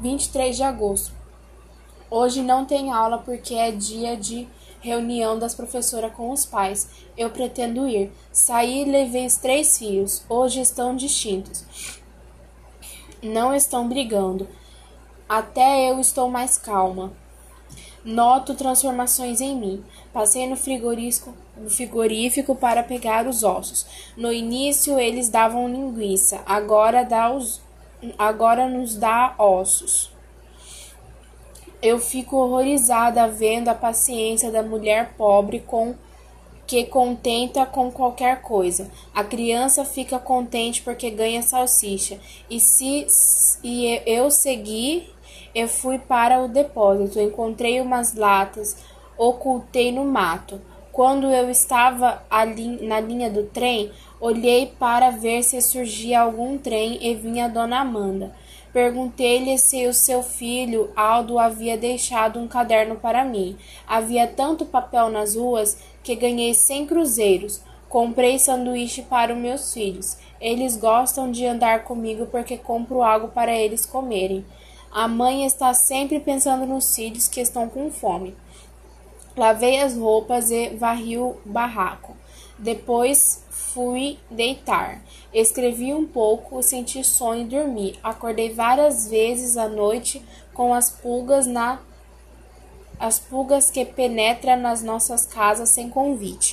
23 de agosto. Hoje não tem aula porque é dia de reunião das professoras com os pais. Eu pretendo ir. Saí e levei os 3 filhos. Hoje estão distintos. Não estão brigando. Até eu estou mais calma. Noto transformações em mim. Passei no frigorífico para pegar os ossos. No início eles davam linguiça, agora nos dá ossos. Eu fico horrorizada vendo a paciência da mulher pobre que contenta com qualquer coisa. A criança fica contente porque ganha salsicha. Eu segui, eu fui para o depósito, encontrei umas latas, ocultei no mato. Quando eu estava na linha do trem, olhei para ver se surgia algum trem e vinha a dona Amanda. Perguntei-lhe se o seu filho Aldo havia deixado um caderno para mim. Havia tanto papel nas ruas que ganhei 100 cruzeiros. Comprei sanduíche para os meus filhos. Eles gostam de andar comigo porque compro algo para eles comerem. A mãe está sempre pensando nos filhos que estão com fome. Lavei as roupas e varri o barraco. Depois fui deitar. Escrevi um pouco, senti sono e dormi. Acordei várias vezes à noite com as pulgas que penetram nas nossas casas sem convite.